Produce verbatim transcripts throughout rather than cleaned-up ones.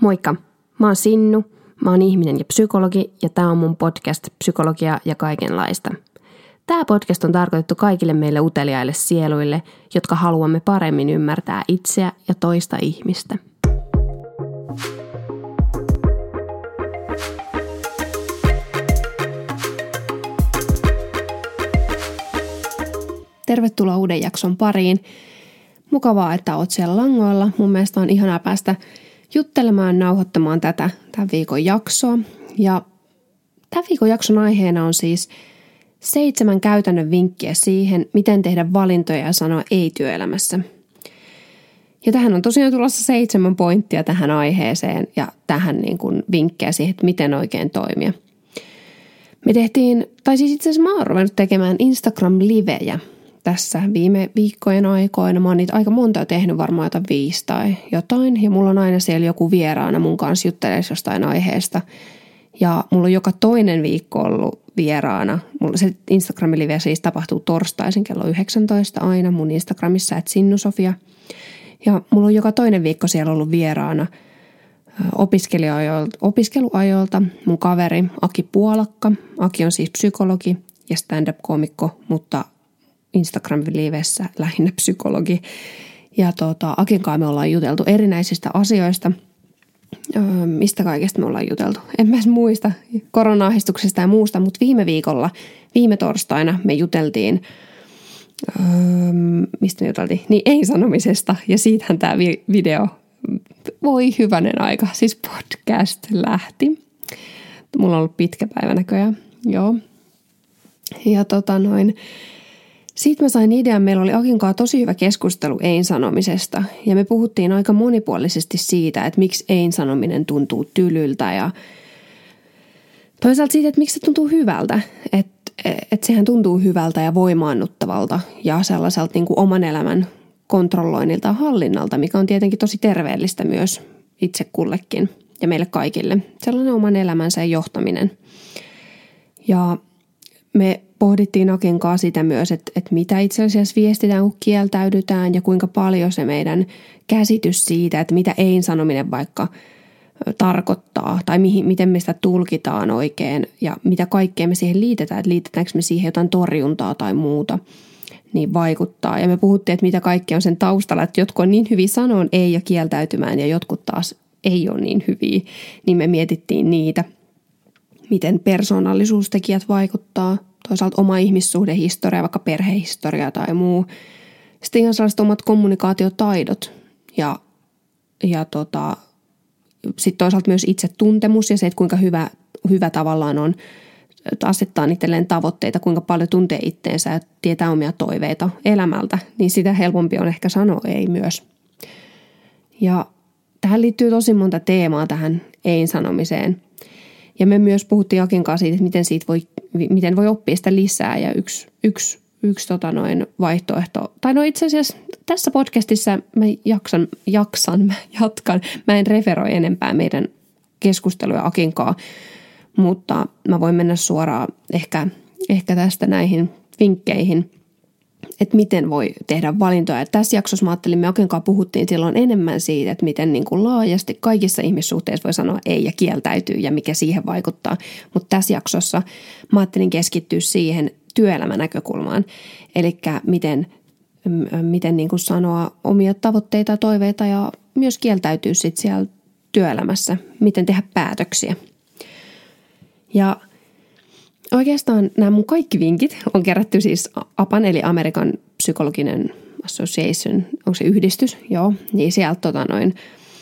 Moikka, mä oon Sinnu, mä oon ihminen ja psykologi ja tää on mun podcast Psykologia ja kaikenlaista. Tää podcast on tarkoitettu kaikille meille uteliaille sieluille, jotka haluamme paremmin ymmärtää itseä ja toista ihmistä. Tervetuloa uuden jakson pariin. Mukavaa, että oot siellä langoilla. Mun mielestä on ihanaa päästä juttelemaan, nauhoittamaan tätä tämän viikon jaksoa. Ja tämän viikon jakson aiheena on siis seitsemän käytännön vinkkiä siihen, miten tehdä valintoja ja sanoa ei työelämässä. Ja tähän on tosiaan tulossa seitsemän pointtia tähän aiheeseen ja tähän niin kuin vinkkejä siihen, että miten oikein toimia. Me tehtiin, tai siis itse asiassa mä oon ruvennut tekemään Instagram-livejä tässä viime viikkojen aikoina. Mä oon niitä aika monta tehnyt, varmaan jotain viisi tai jotain. Ja mulla on aina siellä joku vieraana mun kanssa juttelee jostain aiheesta. Ja mulla on joka toinen viikko ollut vieraana. Mulla se Instagram-live siis tapahtuu torstaisin kello yhdeksäntoista aina mun Instagramissa, et Sinnusofia. Ja mulla on joka toinen viikko siellä ollut vieraana opiskelijoilta, opiskeluajoilta mun kaveri Aki Puolakka. Aki on siis psykologi ja stand-up-komikko, mutta Instagram-livessä lähinnä psykologi. Ja tota, Akin kanssa me ollaan juteltu erinäisistä asioista. Öö, mistä kaikesta me ollaan juteltu? En mä muista korona-ahdistuksesta ja muusta, mutta viime viikolla, viime torstaina me juteltiin, öö, mistä me juteltiin? Niin ei-sanomisesta ja siitähän tämä vi- video, voi hyvänen aika, siis podcast lähti. Mulla on ollut pitkä päivä näköjään, joo. Ja tota noin, siitä mä sain idean, meillä oli Akin kanssa tosi hyvä keskustelu ei-sanomisesta ja me puhuttiin aika monipuolisesti siitä, että miksi ei-sanominen tuntuu tylyltä ja toisaalta siitä, että miksi se tuntuu hyvältä, että, että sehän tuntuu hyvältä ja voimaannuttavalta ja sellaiselta niin kuin oman elämän kontrolloinnilta ja hallinnalta, mikä on tietenkin tosi terveellistä myös itse kullekin ja meille kaikille. Sellainen oman elämänsä johtaminen. Ja me pohdittiin Akin kanssa sitä myös, että, että mitä itse asiassa viestitään, kun kieltäydytään ja kuinka paljon se meidän käsitys siitä, että mitä ei-sanominen vaikka tarkoittaa tai mihin, miten me sitä tulkitaan oikein ja mitä kaikkea me siihen liitetään, että liitetäänkö me siihen jotain torjuntaa tai muuta, niin vaikuttaa. Ja me puhuttiin, että mitä kaikkea on sen taustalla, että jotkut on niin hyviä sanoon ei ja kieltäytymään ja jotkut taas ei ole niin hyviä, niin me mietittiin niitä. Miten persoonallisuustekijät vaikuttaa, toisaalta oma ihmissuhdehistoria, vaikka perhehistoria tai muu. Sitten ihan sellaiset omat kommunikaatiotaidot ja, ja tota, sitten toisaalta myös itsetuntemus ja se, että kuinka hyvä, hyvä tavallaan on asettaa itselleen tavoitteita, kuinka paljon tuntee itteensä ja tietää omia toiveita elämältä, niin sitä helpompi on ehkä sanoa ei myös. Ja tähän liittyy tosi monta teemaa tähän ei-sanomiseen. Ja me myös puhuttiin Akin kanssa siitä, että miten, siitä voi, miten voi oppia sitä lisää ja yksi, yksi, yksi tota noin vaihtoehto. Tai no itse asiassa tässä podcastissa mä jaksan, jaksan, mä jatkan. Mä en referoi enempää meidän keskusteluja Akin kanssa, mutta mä voin mennä suoraan ehkä, ehkä tästä näihin vinkkeihin, että miten voi tehdä valintoja. Ja tässä jaksossa mä ajattelin, me Akin kanssa puhuttiin silloin enemmän siitä, että miten niin kuin laajasti kaikissa ihmissuhteissa voi sanoa ei ja kieltäytyy ja mikä siihen vaikuttaa. Mutta tässä jaksossa mä ajattelin keskittyä siihen työelämän näkökulmaan. Eli miten, miten niin kuin sanoa omia tavoitteita ja toiveita ja myös kieltäytyä sitten siellä työelämässä. Miten tehdä päätöksiä. Ja oikeastaan nämä mun kaikki vinkit on kerätty siis A P A N eli American Psychologinen Association, onko se yhdistys? Joo, niin sieltä tota noin,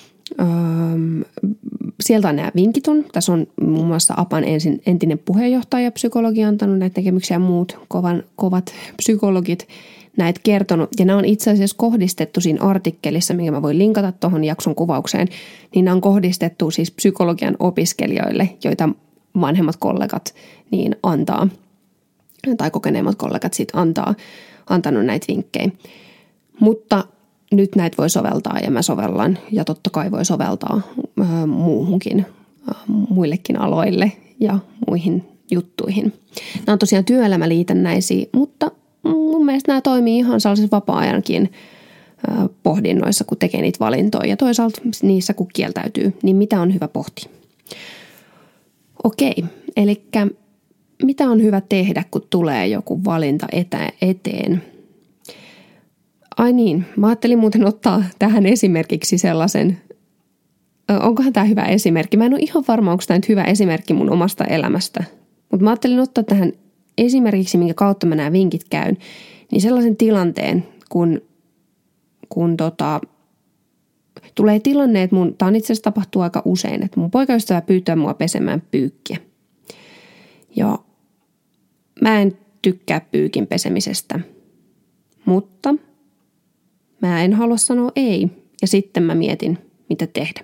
ähm, sieltä on nämä vinkit on. Tässä on muun muassa A P A N ensin, entinen puheenjohtaja psykologi antanut näitä näkemyksiä ja muut kovan, kovat psykologit näitä kertonut. Ja nämä on itse asiassa kohdistettu siinä artikkelissa, minkä mä voin linkata tuohon jakson kuvaukseen, niin nämä on kohdistettu siis psykologian opiskelijoille, joita vanhemmat kollegat niin antaa, tai kokeneemmat kollegat sitten antaa, antanut näitä vinkkejä. Mutta nyt näitä voi soveltaa ja mä sovellan ja totta kai voi soveltaa äh, muuhunkin, äh, muillekin aloille ja muihin juttuihin. Nämä on tosiaan työelämäliitännäisiä, mutta mun mielestä nämä toimii ihan sellaisessa vapaa-ajankin pohdinnoissa, kun tekee niitä valintoja ja toisaalta niissä, kun kieltäytyy, niin mitä on hyvä pohtia. Okei, eli mitä on hyvä tehdä, kun tulee joku valinta etä- eteen? Ai niin, mä ajattelin muuten ottaa tähän esimerkiksi sellaisen, onkohan tämä hyvä esimerkki? Mä en ole ihan varma, onko tämä nyt hyvä esimerkki mun omasta elämästä, mutta mä ajattelin ottaa tähän esimerkiksi, minkä kautta mä nämä vinkit käyn, niin sellaisen tilanteen, kun, kun tota, tulee tilanne, että mun, tämä on itse asiassa tapahtuu aika usein, että mun poikaystävä pyytää mua pesemään pyykkiä. Ja mä en tykkää pyykin pesemisestä, mutta mä en halua sanoa ei ja sitten mä mietin, mitä tehdä.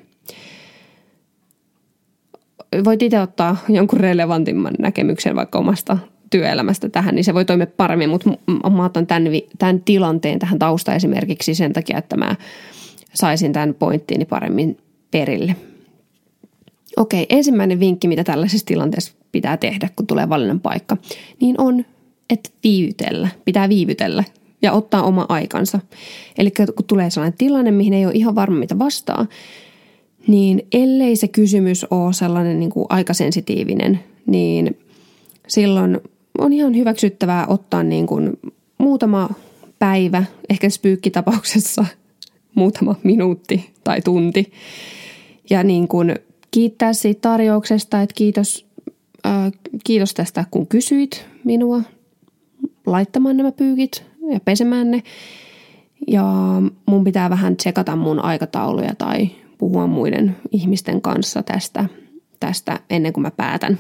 Voit itse ottaa jonkun relevantimman näkemyksen vaikka omasta työelämästä tähän, niin se voi toimia paremmin, mutta mä otan tämän, tämän tilanteen tähän tausta esimerkiksi sen takia, että mä saisin tämän pointtiini paremmin perille. Okei, ensimmäinen vinkki, mitä tällaisessa tilanteessa pitää tehdä, kun tulee valinnan paikka, niin on, että viivytellä, pitää viivytellä ja ottaa oma aikansa. Eli kun tulee sellainen tilanne, mihin ei ole ihan varma, mitä vastaa, niin ellei se kysymys ole sellainen niin kuin aikasensitiivinen, niin silloin on ihan hyväksyttävää ottaa niin kuin muutama päivä, ehkä spyykkitapauksessa muutama minuutti tai tunti, ja niin kuin kiittää siitä tarjouksesta, että kiitos, ää, kiitos tästä, kun kysyit minua laittamaan nämä pyykit ja pesemään ne. Ja mun pitää vähän tsekata mun aikatauluja tai puhua muiden ihmisten kanssa tästä, tästä ennen kuin mä päätän.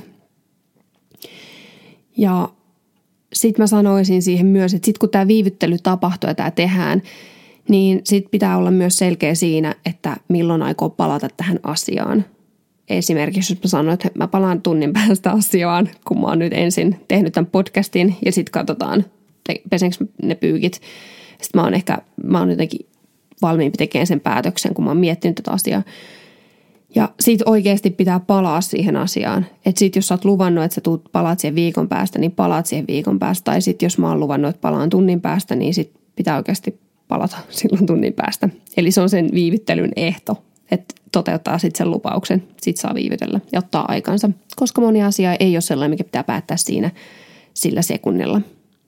Ja sit mä sanoisin siihen myös, että sit kun tää viivyttely tapahtuu ja tää tehdään, niin sit pitää olla myös selkeä siinä, että milloin aikoo palata tähän asiaan. Esimerkiksi jos mä sanon, että mä palaan tunnin päästä asiaan, kun mä oon nyt ensin tehnyt tämän podcastin ja sitten katsotaan, pesenkö ne pyykit. Sitten mä oon ehkä, mä oon jotenkin valmiimpi tekemään sen päätöksen, kun mä oon miettinyt tätä asiaa. Ja sit oikeasti pitää palaa siihen asiaan. Että sit jos sä oot luvannut, että sä tuut, palaat siihen viikon päästä, niin palaat siihen viikon päästä. Tai sit jos mä oon luvannut, että palaan tunnin päästä, niin sit pitää oikeasti palata silloin tunnin päästä. Eli se on sen viivyttelyn ehto, että toteuttaa sitten sen lupauksen, sit saa viivytellä ja ottaa aikansa. Koska moni asia ei ole sellainen, mikä pitää päättää siinä sillä sekunnilla.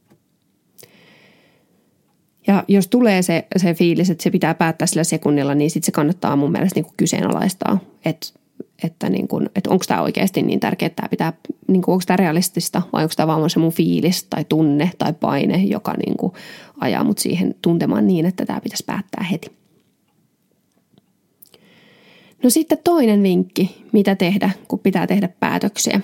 Ja jos tulee se, se fiilis, että se pitää päättää sillä sekunnilla, niin sitten se kannattaa mun mielestä niin kuin kyseenalaistaa, että, että, niin kuin, että onko tämä oikeasti niin tärkeää, että tämä pitää, niin kuin, onko tämä realistista vai onko tämä vaan se mun fiilis tai tunne tai paine, joka niin kuin ajaa mut siihen tuntemaan niin, että tämä pitäisi päättää heti. No sitten toinen vinkki, mitä tehdä, kun pitää tehdä päätöksiä.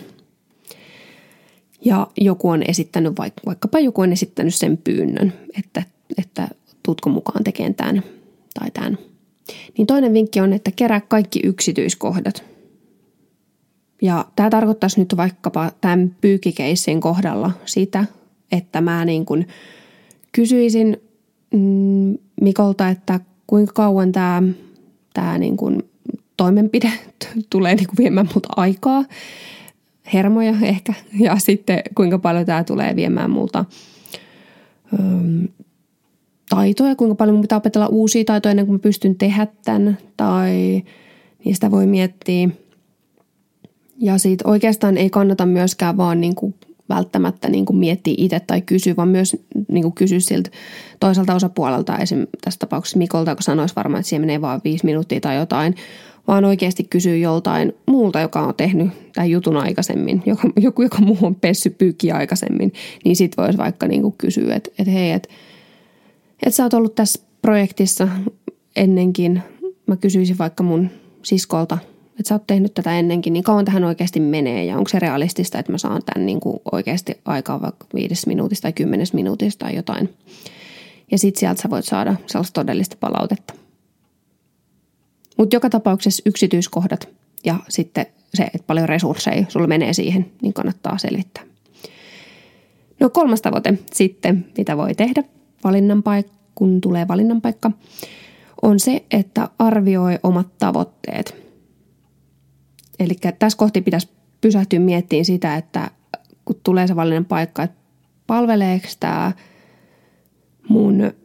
Ja joku on esittänyt, vaikkapa joku on esittänyt sen pyynnön, että, että tuutko mukaan tekemään tämän tai tämän. Niin toinen vinkki on, että kerää kaikki yksityiskohdat. Ja tämä tarkoittaisi nyt vaikkapa tämän pyykkikeissin kohdalla sitä, että mä niin kuin kysyisin mm, Mikolta, että kuinka kauan tämä, tämä niin kuin toimenpide tulee niin kuin viemään multa aikaa, hermoja ehkä, ja sitten kuinka paljon tämä tulee viemään multa öm, taitoja, kuinka paljon mun pitää opetella uusia taitoja ennen kuin mä pystyn tehdä tämän, tai niistä voi miettiä. Ja siitä oikeastaan ei kannata myöskään vaan niin kuin välttämättä niin kuin miettiä itse tai kysyä, vaan myös niin kuin kysyä siltä toiselta osapuolelta, esim. Tässä tapauksessa Mikolta, joka sanoisi varmaan, että siihen menee vaan viisi minuuttia tai jotain, vaan oikeasti kysyä joltain muulta, joka on tehnyt tämän jutun aikaisemmin, joka, joku, joka muu on pessyt pyykkiä aikaisemmin, niin sit voisi vaikka niin kuin kysyä, että, että hei, että, että sä oot ollut tässä projektissa ennenkin, mä kysyisin vaikka mun siskolta, että sä oot tehnyt tätä ennenkin, niin kauan tähän oikeasti menee ja onko se realistista, että mä saan tämän niin kuin oikeasti aikaa vaikka viides minuutista tai kymmenes minuutista tai jotain. Ja sit sieltä sä voit saada sellaista todellista palautetta. Mutta joka tapauksessa yksityiskohdat ja sitten se, että paljon resursseja sulla menee siihen, niin kannattaa selittää. No kolmas tavoite sitten, mitä voi tehdä valinnan paik- kun tulee valinnan paikka, on se, että arvioi omat tavoitteet. Eli tässä kohti pitäisi pysähtyä miettimään sitä, että kun tulee se valinnan paikka, että palveleeko tämä mun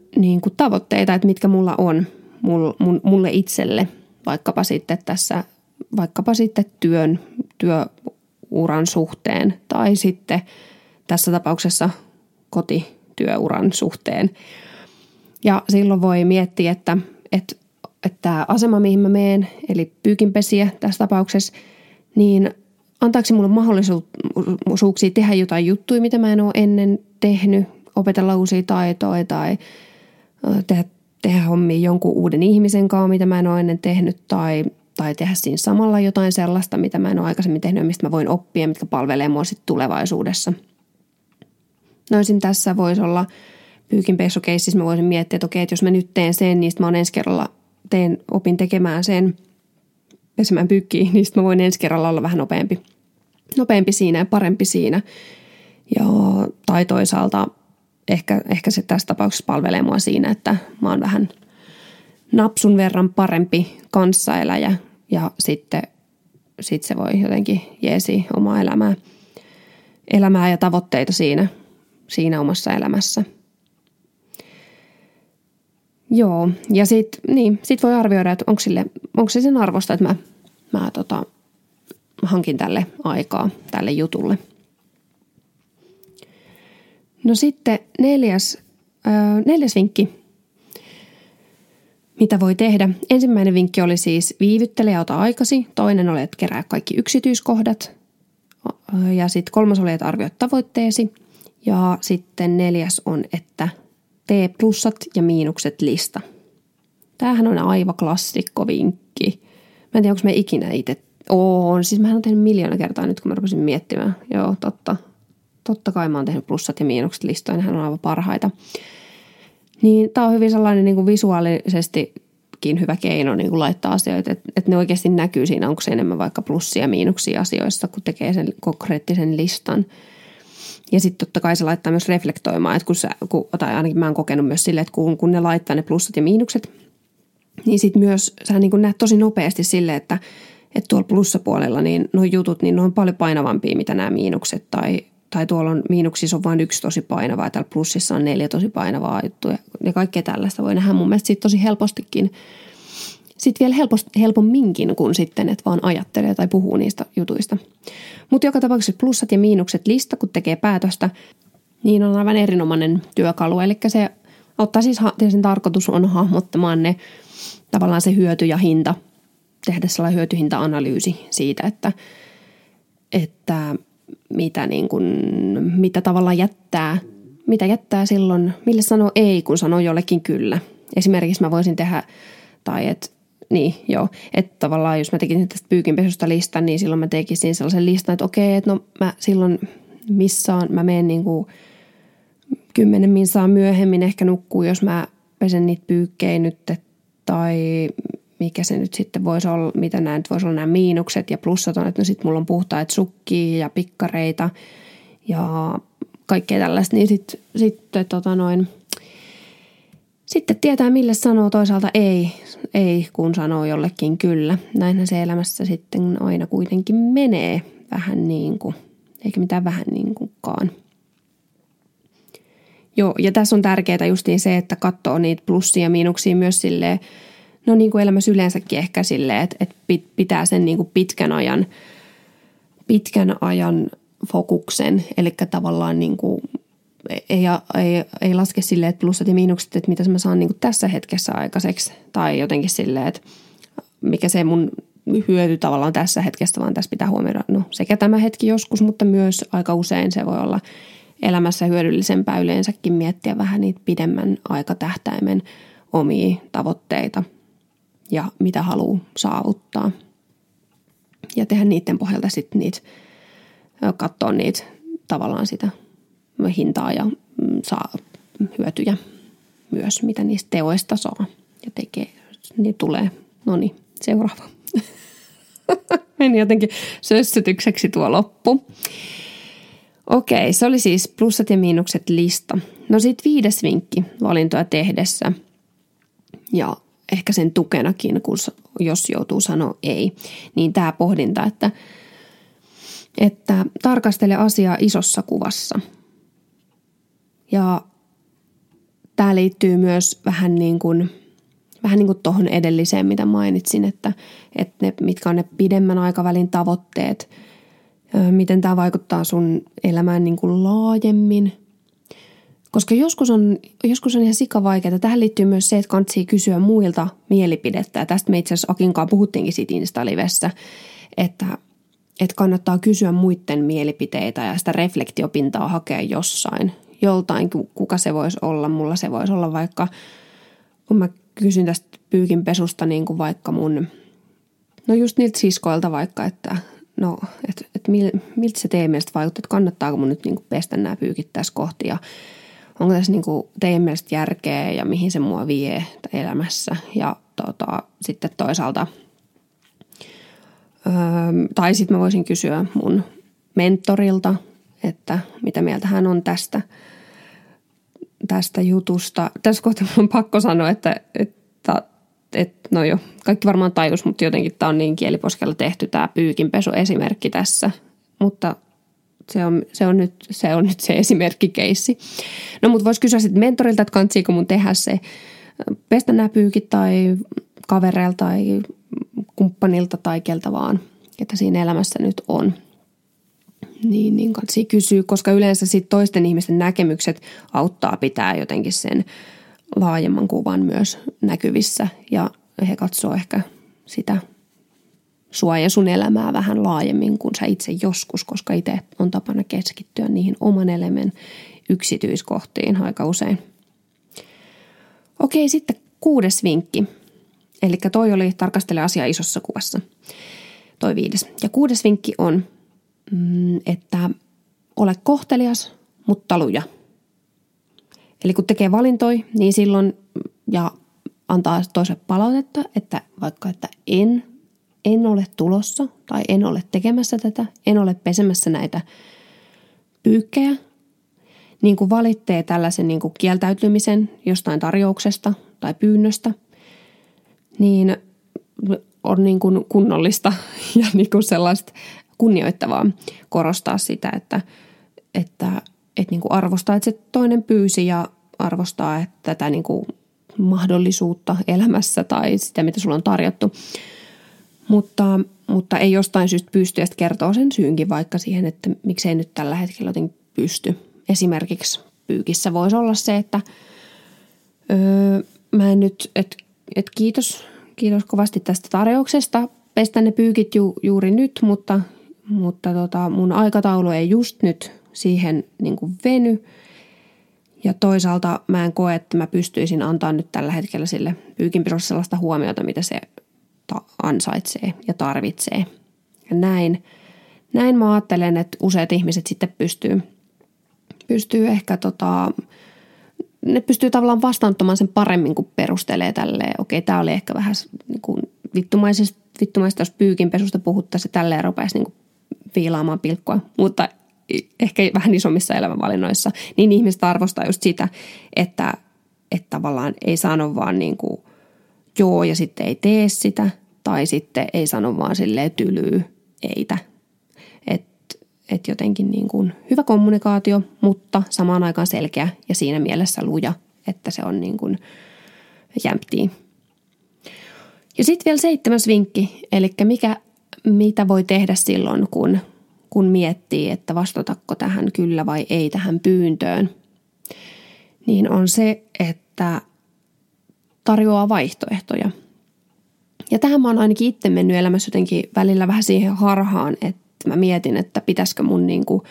niin kuin tavoitteita, että mitkä mulla on mulle itselle, vaikkapa sitten tässä, vaikkapa sitten työn, työuran suhteen tai sitten tässä tapauksessa kotityöuran suhteen. Ja silloin voi miettiä, että, että, että tämä asema, mihin mä meen, eli pyykinpesiä tässä tapauksessa, niin antaako se mulle mahdollisuuksia tehdä jotain juttuja, mitä mä en ole ennen tehnyt, opetella uusia taitoja tai tehdä, tehdä hommia jonkun uuden ihmisen kanssa, mitä mä en ole ennen tehnyt, tai, tai tehdä siinä samalla jotain sellaista, mitä mä en ole aikaisemmin tehnyt, mistä mä voin oppia, mitkä palvelee mua sitten tulevaisuudessa. No esim. Tässä voisi olla pyykinpesukeisissä, mä voisin miettiä, että okei, että jos mä nyt teen sen, niin sitten mä oon ensi kerralla, teen, opin tekemään sen, pesemään pyykkiä, niin sitten mä voin ensi kerralla olla vähän nopeampi, nopeampi siinä ja parempi siinä. Ja, tai toisaalta ehkä, ehkä se tässä tapauksessa palvelee mua siinä, että mä oon vähän napsun verran parempi kanssaeläjä ja sitten sit se voi jotenkin jeesi omaa elämää, elämää ja tavoitteita siinä, siinä omassa elämässä. Joo, ja sitten niin, sit voi arvioida, että onko, sille, onko se sen arvosta, että mä, mä tota, hankin tälle aikaa, tälle jutulle. No sitten neljäs, äh, neljäs vinkki, mitä voi tehdä. Ensimmäinen vinkki oli siis viivyttele ja ota aikasi. Toinen oli, että kerää kaikki yksityiskohdat. Ja sitten kolmas oli, että arvioi tavoitteesi. Ja sitten neljäs on, että tee plussat ja miinukset lista. Tämähän on aivan klassikko vinkki. Mä en tiedä, onko mä ikinä itse. Oon, siis mähän olen tehnyt miljoona kertaa nyt, kun mä rupesin miettimään. Joo, totta. Totta kai mä oon tehnyt plussat ja miinukset listoja, nehän on aivan parhaita. Niin tää on hyvin sellainen niin kuin visuaalisestikin hyvä keino niin kuin laittaa asioita, että, että ne oikeasti näkyy siinä, onko se enemmän vaikka plussia ja miinuksia asioissa, kun tekee sen konkreettisen listan. Ja sitten totta kai se laittaa myös reflektoimaan, että kun sä, kun, tai ainakin mä oon kokenut myös silleen, että kun, kun ne laittaa ne plussat ja miinukset, niin sitten myös sä niin kuin näet tosi nopeasti silleen, että, että tuolla plussapuolella niin nuo jutut, niin ne on paljon painavampia, mitä nämä miinukset tai Tai tuolla on miinuksissa on vain yksi tosi painavaa ja täällä plussissa on neljä tosi painavaa juttuja. Ja kaikkea tällaista voi nähdä mun mielestä siitä tosi helpostikin. Sitten vielä helpost, helpomminkin kuin sitten, että vaan ajattelee tai puhuu niistä jutuista. Mutta joka tapauksessa plussat ja miinukset lista, kun tekee päätöstä, niin on aivan erinomainen työkalu. Eli se ottaa siis, sen tarkoitus on hahmottamaan ne tavallaan se hyöty ja hinta. Tehdä sellainen hyötyhinta-analyysi siitä, että, että mitä, niin kuin, mitä tavallaan jättää, mitä jättää silloin, mille sanoo ei, kun sanoo jollekin kyllä. Esimerkiksi mä voisin tehdä, tai että niin joo, että tavallaan jos mä tekisin tästä pyykinpesusta listan, niin silloin mä tekisin sellaisen listan, että okei, että no mä silloin missaan, mä menen niin kuin kymmenen minsaa myöhemmin ehkä nukkuu, jos mä pesen niitä pyykkejä nyt, tai mikä se nyt sitten voisi olla, mitä nämä nyt voisi olla nämä miinukset ja plussat on, että no sitten mulla on puhtaat sukkia ja pikkareita ja kaikkea tällaista, niin sitten sit, tota noin, sitten tietää mille sanoo toisaalta ei, ei kun sanoo jollekin kyllä. Näinhän se elämässä sitten aina kuitenkin menee vähän niin kuin, eikä mitään vähän niin kukaan. Joo, ja tässä on tärkeää justiin se, että katsoo niitä plussia ja miinuksia myös silleen, no niin kuin elämässä yleensäkin ehkä silleen, että, että pitää sen niin kuin pitkän ajan, pitkän ajan fokuksen, eli tavallaan niin kuin ei, ei, ei laske silleen, että plussat ja miinukset, että mitä mä saan niin kuin tässä hetkessä aikaiseksi, tai jotenkin silleen, että mikä se mun hyöty tavallaan tässä hetkessä, vaan tässä pitää huomioida, no sekä tämä hetki joskus, mutta myös aika usein se voi olla elämässä hyödyllisempää yleensäkin miettiä vähän niitä pidemmän aikatähtäimen omia tavoitteita ja mitä haluaa saavuttaa. Ja tehdä niiden pohjalta sitten niitä, katsoa niitä tavallaan sitä hintaa ja saa hyötyjä myös, mitä niistä teoista saa ja tekee. Niin tulee, no niin, seuraava. Meni jotenkin sössytykseksi tuo loppu. Okei, se oli siis plussat ja miinukset lista. No sitten viides vinkki valintoja tehdessä ja ehkä sen tukenakin, kun, jos joutuu sanoa ei, niin tämä pohdinta, että, että tarkastele asiaa isossa kuvassa. Ja tämä liittyy myös vähän niin kuin, vähän niin kuin tuohon edelliseen, mitä mainitsin, että, että ne, mitkä on ne pidemmän aikavälin tavoitteet, miten tämä vaikuttaa sun elämään niin kuin laajemmin. Koska joskus on, joskus on ihan sikavaikeaa. Tähän liittyy myös se, että kannattaa kysyä muilta mielipidettä. Ja tästä me itse asiassa Akinkaan puhuttiinkin siitä Insta-livessä, että, että kannattaa kysyä muiden mielipiteitä ja sitä reflektiopintaa hakea jossain. Joltain, kuka se voisi olla. Mulla se voisi olla vaikka, kun mä kysyn tästä pyykinpesusta niin kuin vaikka mun, no just niiltä siskoilta vaikka, että no, että et mil, miltä se teidän mielestä vaikuttaa, että kannattaako mun nyt niin kuin pestä nämä pyykit tässä kohti ja onko tässä niin kuin teidän mielestä järkeä ja mihin se mua vie elämässä. Ja tota, sitten toisaalta, öö, tai sitten mä voisin kysyä mun mentorilta, että mitä mieltä hän on tästä, tästä jutusta. Tässä kohtaa mun on pakko sanoa, että, että, että no jo, kaikki varmaan tajus, mutta jotenkin tämä on niin kieliposkella tehty tämä pyykinpesuesimerkki tässä, mutta Se on, se, on nyt, se on nyt se esimerkkikeissi. No mutta voisi kysyä sitten mentorilta, että kantsiiko mun tehdä se, pestä nämä pyykit tai kavereilta tai kumppanilta tai keltä vaan, että siinä elämässä nyt on. Niin, niin kansi kysyä, koska yleensä sitten toisten ihmisten näkemykset auttaa pitää jotenkin sen laajemman kuvan myös näkyvissä ja he katsoo ehkä sitä sua ja sun elämää vähän laajemmin kuin sä itse joskus, koska itse on tapana keskittyä niihin oman elämän yksityiskohtiin aika usein. Okei, sitten kuudes vinkki. Eli toi oli tarkastele asiaa isossa kuvassa. Toi viides. Ja kuudes vinkki on, että ole kohtelias, mutta luja. Eli kun tekee valintoi, niin silloin ja antaa toiselle palautetta, että vaikka että en En ole tulossa tai en ole tekemässä tätä, en ole pesemässä näitä pyykkejä. Niin kuin valittee tällaisen niin kuin kieltäytymisen jostain tarjouksesta tai pyynnöstä, niin on niin kuin kunnollista ja niin kuin sellaista kunnioittavaa korostaa sitä, että, että, että niin kuin arvostaa, että se toinen pyysi ja arvostaa että tätä niin kuin mahdollisuutta elämässä tai sitä, mitä sulla on tarjottu. Mutta, mutta ei jostain syystä pysty ja sitten kertoo sen syynkin vaikka siihen, että miksei nyt tällä hetkellä jotenkin pysty. Esimerkiksi pyykissä voisi olla se, että öö, mä en nyt, että et kiitos, kiitos kovasti tästä tarjouksesta. Pestän ne pyykit ju, juuri nyt, mutta, mutta tota, mun aikataulu ei just nyt siihen niin kuin veny. Ja toisaalta mä en koe, että mä pystyisin antaa nyt tällä hetkellä sille pyykinpesulle sellaista huomiota, mitä se ansaitsee ja tarvitsee. Ja näin, näin mä ajattelen, että useat ihmiset sitten pystyy, pystyy ehkä tota, ne pystyy tavallaan vastaanottamaan sen paremmin, kun perustelee tälleen. Okei, tää oli ehkä vähän niin kuin vittumaisesta, vittumaisesta, jos pyykinpesusta puhuttaisiin ja tälleen rupeaisi niin kuin viilaamaan pilkkoa. Mutta ehkä vähän isommissa elämänvalinnoissa, niin ihmiset arvostaa just sitä, että, että tavallaan ei sano vaan niin kuin joo ja sitten ei tee sitä, tai sitten ei sano vaan silleen tylyy eitä. Että et jotenkin niin kuin hyvä kommunikaatio, mutta samaan aikaan selkeä ja siinä mielessä luja, että se on niin kuin jämptii. Ja sitten vielä seitsemäs vinkki, eli mikä, mitä voi tehdä silloin, kun, kun miettii, että vastatako tähän kyllä vai ei tähän pyyntöön, niin on se, että tarjoaa vaihtoehtoja. Ja tähän mä oon ainakin itse mennyt elämässä jotenkin välillä vähän siihen harhaan, että mä mietin, että pitäisikö mun niinku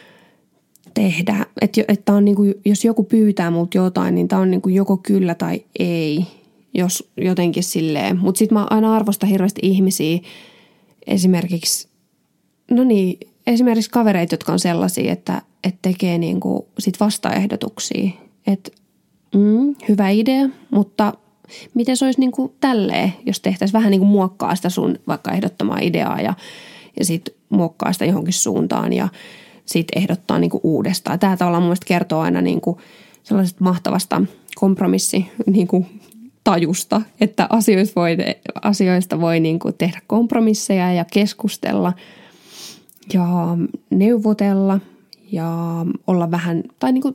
tehdä. Että, että on niinku, jos joku pyytää multa jotain, niin tää on niinku joko kyllä tai ei, jos jotenkin silleen. Mutta sit mä aina arvostan hirveästi ihmisiä, esimerkiksi, no niin, esimerkiksi kavereita, jotka on sellaisia, että, että tekee niinku sit vastaehdotuksia. Että mm, hyvä idea, mutta miten se olisi niin kuin tälleen, jos tehtäisiin vähän niin kuin muokkaa sitä sun vaikka ehdottamaa ideaa ja, ja sitten muokkaa sitä johonkin suuntaan ja sitten ehdottaa niin kuin uudestaan. Tämä tavallaan mun mielestä kertoo aina niin kuin sellaisesta mahtavasta kompromissi niin kuin tajusta, että asioista voi, asioista voi niin kuin tehdä kompromisseja ja keskustella ja neuvotella ja olla vähän, tai niin kuin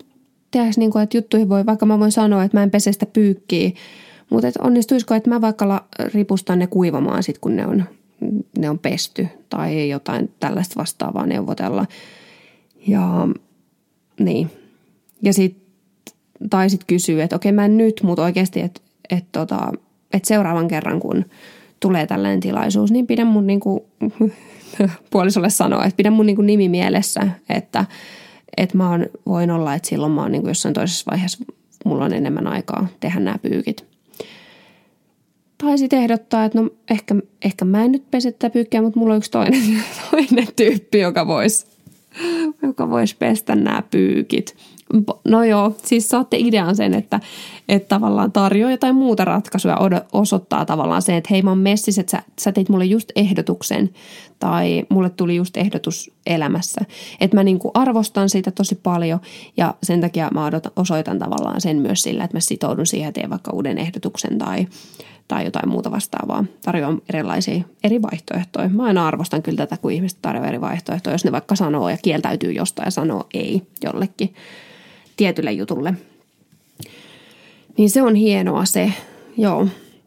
tiedätkö, niin kuin, että juttuihin voi, vaikka mä voin sanoa, että mä en pese sitä pyykkiä, mutta et onnistuisiko, että mä vaikka la, ripustan ne kuivamaan sit, kun ne on, ne on pesty tai jotain tällaista vastaavaa neuvotella. Ja niin. Ja sit, tai sitten kysyy, että okei mä en nyt, mutta oikeasti, että et, tota, et seuraavan kerran, kun tulee tällainen tilaisuus, niin pidän mun niinku, puolisolle sanoa, että pidän mun niinku nimi mielessä, että et mä oon, voin olla, että silloin mä oon niinku jossain toisessa vaiheessa, mulla on enemmän aikaa tehdä nämä pyykit. Tai sitten ehdottaa, että no ehkä, ehkä mä en nyt pese tätä pyykkiä, mutta mulla on yksi toinen, toinen tyyppi, joka voisi joka vois pestä nämä pyykit. No joo, siis saatte idean sen, että, että tavallaan tarjoaa jotain muuta ratkaisuja, osoittaa tavallaan sen, että hei mä oon messissä, että sä, sä teit mulle just ehdotuksen tai mulle tuli just ehdotus elämässä. Että mä niinku arvostan sitä tosi paljon ja sen takia mä osoitan tavallaan sen myös sillä, että mä sitoudun siihen ja teen vaikka uuden ehdotuksen tai, tai jotain muuta vastaavaa. Tarjoan erilaisia eri vaihtoehtoja. Mä aina arvostan kyllä tätä, kun ihmiset tarjoaa eri vaihtoehtoja, jos ne vaikka sanoo ja kieltäytyy jostain ja sanoo ei jollekin tietylle jutulle. Niin se on hienoa se, joo.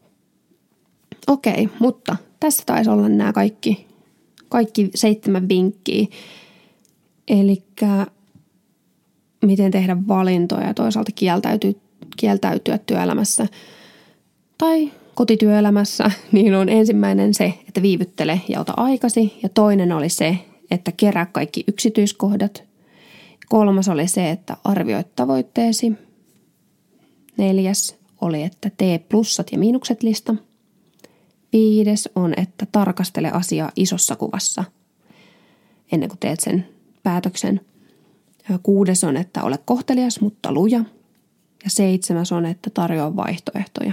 Okei, mutta tässä taisi olla nämä kaikki, kaikki seitsemän vinkkiä. Elikkä miten tehdä valintoja ja toisaalta kieltäytyä, kieltäytyä työelämässä tai kotityöelämässä, niin on ensimmäinen se, että viivyttele ja ota aikasi. Ja toinen oli se, että kerää kaikki yksityiskohdat. Kolmas oli se, että arvioit tavoitteesi. Neljäs oli, että tee plussat ja miinukset lista. Viides on, että tarkastele asiaa isossa kuvassa ennen kuin teet sen päätöksen. Kuudes on, että ole kohtelias, mutta luja. Ja seitsemäs on, että tarjoa vaihtoehtoja.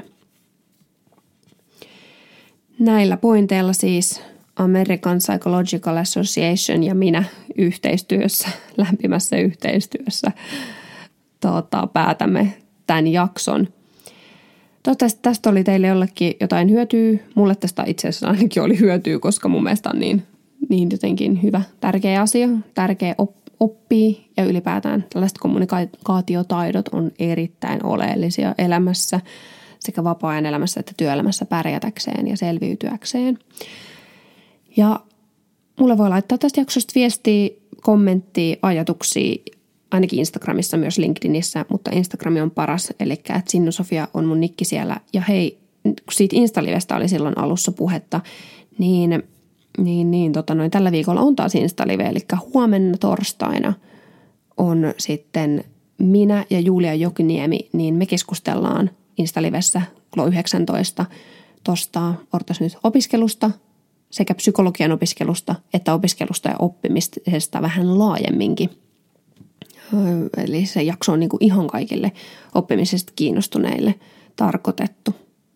Näillä pointeilla siis American Psychological Association ja minä yhteistyössä, lämpimässä yhteistyössä tota, päätämme tämän jakson. Toivottavasti tästä oli teille jollekin jotain hyötyä. Mulle tästä itse asiassa ainakin oli hyötyä, koska mun mielestä on niin, niin jotenkin hyvä, tärkeä asia, tärkeä oppia ja ylipäätään tällaiset kommunikaatiotaidot on erittäin oleellisia elämässä, sekä vapaa-ajan elämässä että työelämässä pärjätäkseen ja selviytyäkseen. Ja mulle voi laittaa tästä jaksosta viestiä, kommenttia, ajatuksia, ainakin Instagramissa, myös LinkedInissä, mutta Instagram on paras, eli että Sinnu Sofia on mun nikki siellä. Ja hei, kun siitä Insta-livestä oli silloin alussa puhetta, niin, niin, niin tota noin, tällä viikolla on taas Insta-live, eli huomenna torstaina on sitten minä ja Julia Jokiniemi, niin me keskustellaan Insta-livessä kello yhdeksäntoista tuosta, odotas nyt, opiskelusta, sekä psykologian opiskelusta että opiskelusta ja oppimisesta vähän laajemminkin. Eli se jakso on niin kuin ihan kaikille oppimisesta kiinnostuneille tarkoitettu.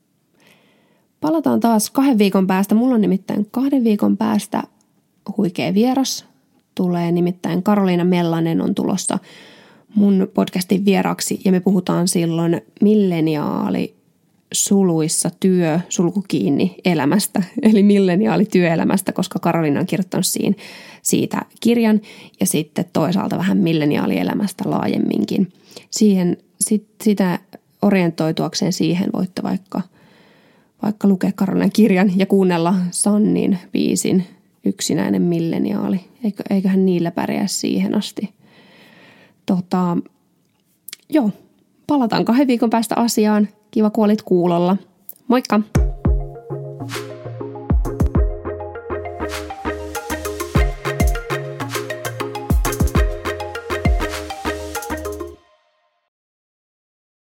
Palataan taas kahden viikon päästä. Mulla on nimittäin kahden viikon päästä huikea vieras. Tulee nimittäin Karoliina Mellanen on tulossa mun podcastin vieraksi ja me puhutaan silloin milleniaali suluissa työ, sulku kiinni elämästä, eli milleniaalityöelämästä, koska Karoliina on kirjoittanut siinä, siitä kirjan ja sitten toisaalta vähän milleniaalielämästä laajemminkin. Siihen, sit, sitä orientoituakseen siihen voitte vaikka, vaikka lukea Karoliinan kirjan ja kuunnella Sannin biisin Yksinäinen milleniaali. Eikö, eiköhän niillä pärjää siihen asti. Tota, joo, palataan kahden viikon päästä asiaan. Kiva, kun olit kuulolla. Moikka!